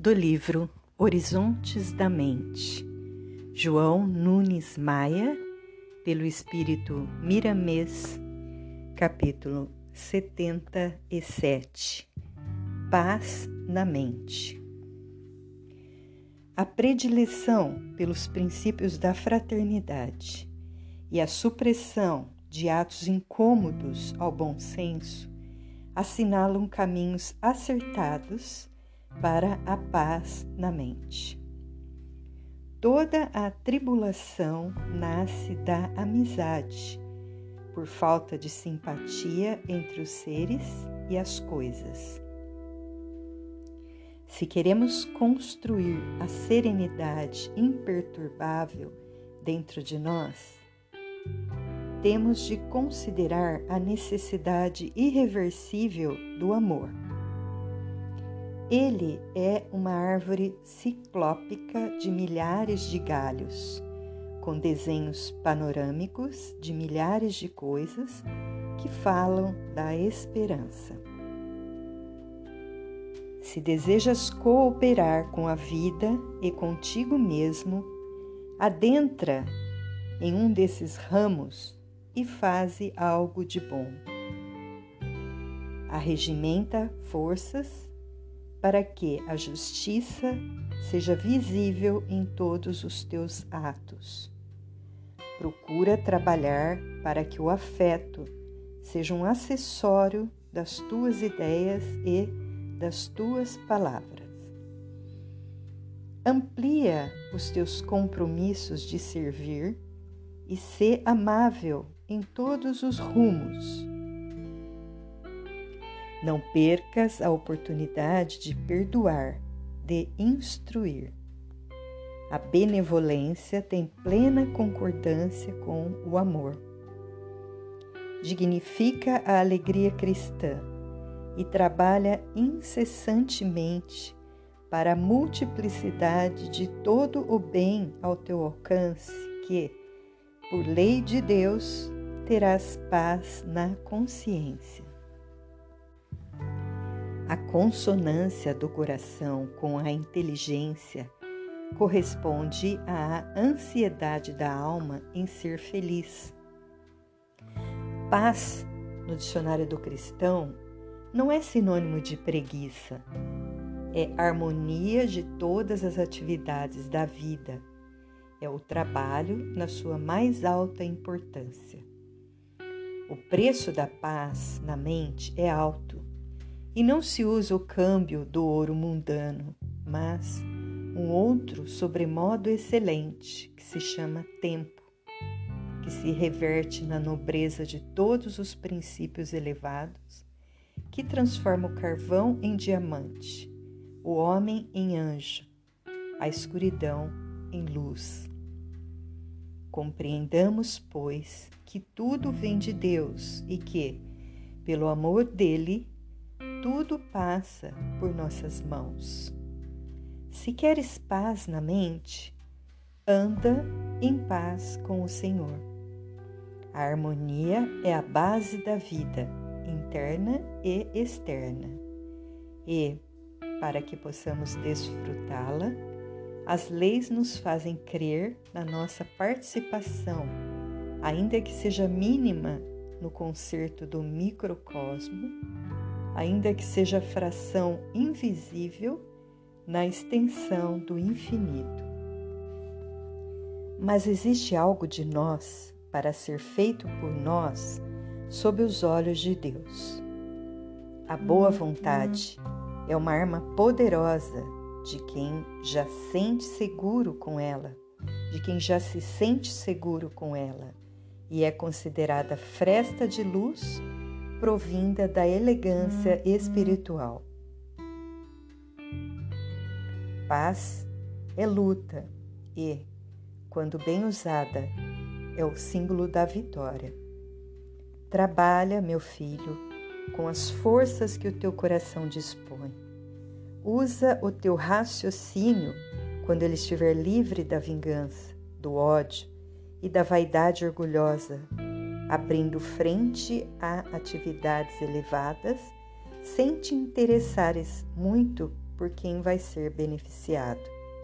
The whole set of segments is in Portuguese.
do livro Horizontes da Mente, João Nunes Maia, pelo Espírito Miramês, capítulo 77, Paz na Mente. A predileção pelos princípios da fraternidade e a supressão de atos incômodos ao bom senso assinalam caminhos acertados para a paz na mente. Toda a tribulação nasce da amizade, por falta de simpatia entre os seres e as coisas. Se queremos construir a serenidade imperturbável dentro de nós, temos de considerar a necessidade irreversível do amor. Ele é uma árvore ciclópica de milhares de galhos, com desenhos panorâmicos de milhares de coisas que falam da esperança. Se desejas cooperar com a vida e contigo mesmo, adentra em um desses ramos e faze algo de bom. Arregimenta forças para que a justiça seja visível em todos os teus atos. Procura trabalhar para que o afeto seja um acessório das tuas ideias e das tuas palavras. Amplia os teus compromissos de servir e ser amável em todos os rumos. Não percas a oportunidade de perdoar, de instruir. A benevolência tem plena concordância com o amor. Dignifica a alegria cristã e trabalha incessantemente para a multiplicidade de todo o bem ao teu alcance, que, por lei de Deus, terás paz na consciência. A consonância do coração com a inteligência corresponde à ansiedade da alma em ser feliz. Paz, no dicionário do cristão, não é sinônimo de preguiça. É harmonia de todas as atividades da vida. É o trabalho na sua mais alta importância. O preço da paz na mente é alto e não se usa o câmbio do ouro mundano, mas um outro sobremodo excelente que se chama tempo, que se reverte na nobreza de todos os princípios elevados, que transforma o carvão em diamante, o homem em anjo, a escuridão em luz. Compreendamos, pois, que tudo vem de Deus e que, pelo amor dele, tudo passa por nossas mãos. Se queres paz na mente, anda em paz com o Senhor. A harmonia é a base da vida, interna e externa. E, para que possamos desfrutá-la, as leis nos fazem crer na nossa participação, ainda que seja mínima no concerto do microcosmo, ainda que seja fração invisível na extensão do infinito. Mas existe algo de nós para ser feito por nós sob os olhos de Deus. A boa vontade é uma arma poderosa de quem já sente seguro com ela, de quem já se sente seguro com ela, e é considerada fresta de luz provinda da elegância espiritual. Paz é luta e, quando bem usada, é o símbolo da vitória. Trabalha, meu filho, com as forças que o teu coração dispõe. Usa o teu raciocínio quando ele estiver livre da vingança, do ódio e da vaidade orgulhosa, abrindo frente a atividades elevadas, sem te interessares muito por quem vai ser beneficiado.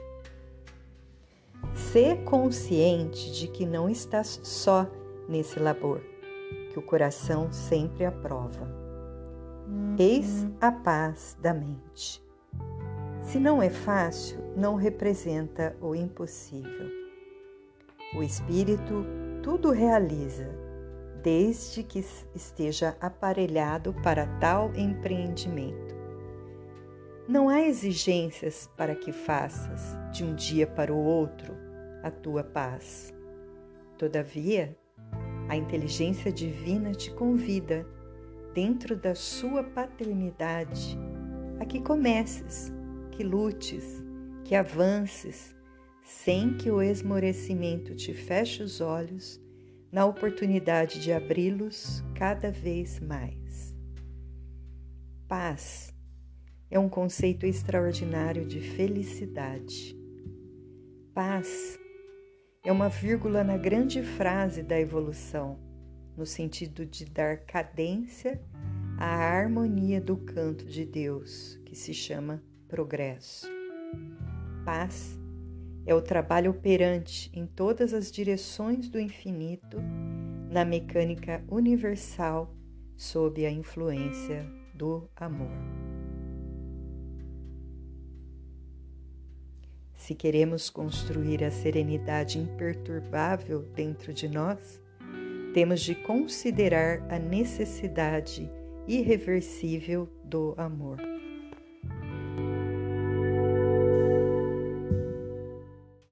Sê consciente de que não está só nesse labor, que o coração sempre aprova. Eis a paz da mente. Se não é fácil, não representa o impossível. O Espírito tudo realiza, desde que esteja aparelhado para tal empreendimento. Não há exigências para que faças, de um dia para o outro, a tua paz. Todavia, a inteligência divina te convida, dentro da sua paternidade, a que comeces, que lutes, que avances, sem que o esmorecimento te feche os olhos na oportunidade de abri-los cada vez mais. Paz é um conceito extraordinário de felicidade. Paz é uma vírgula na grande frase da evolução, no sentido de dar cadência à harmonia do canto de Deus, que se chama progresso. Paz é o trabalho operante em todas as direções do infinito, na mecânica universal, sob a influência do amor. Se queremos construir a serenidade imperturbável dentro de nós, temos de considerar a necessidade irreversível do amor.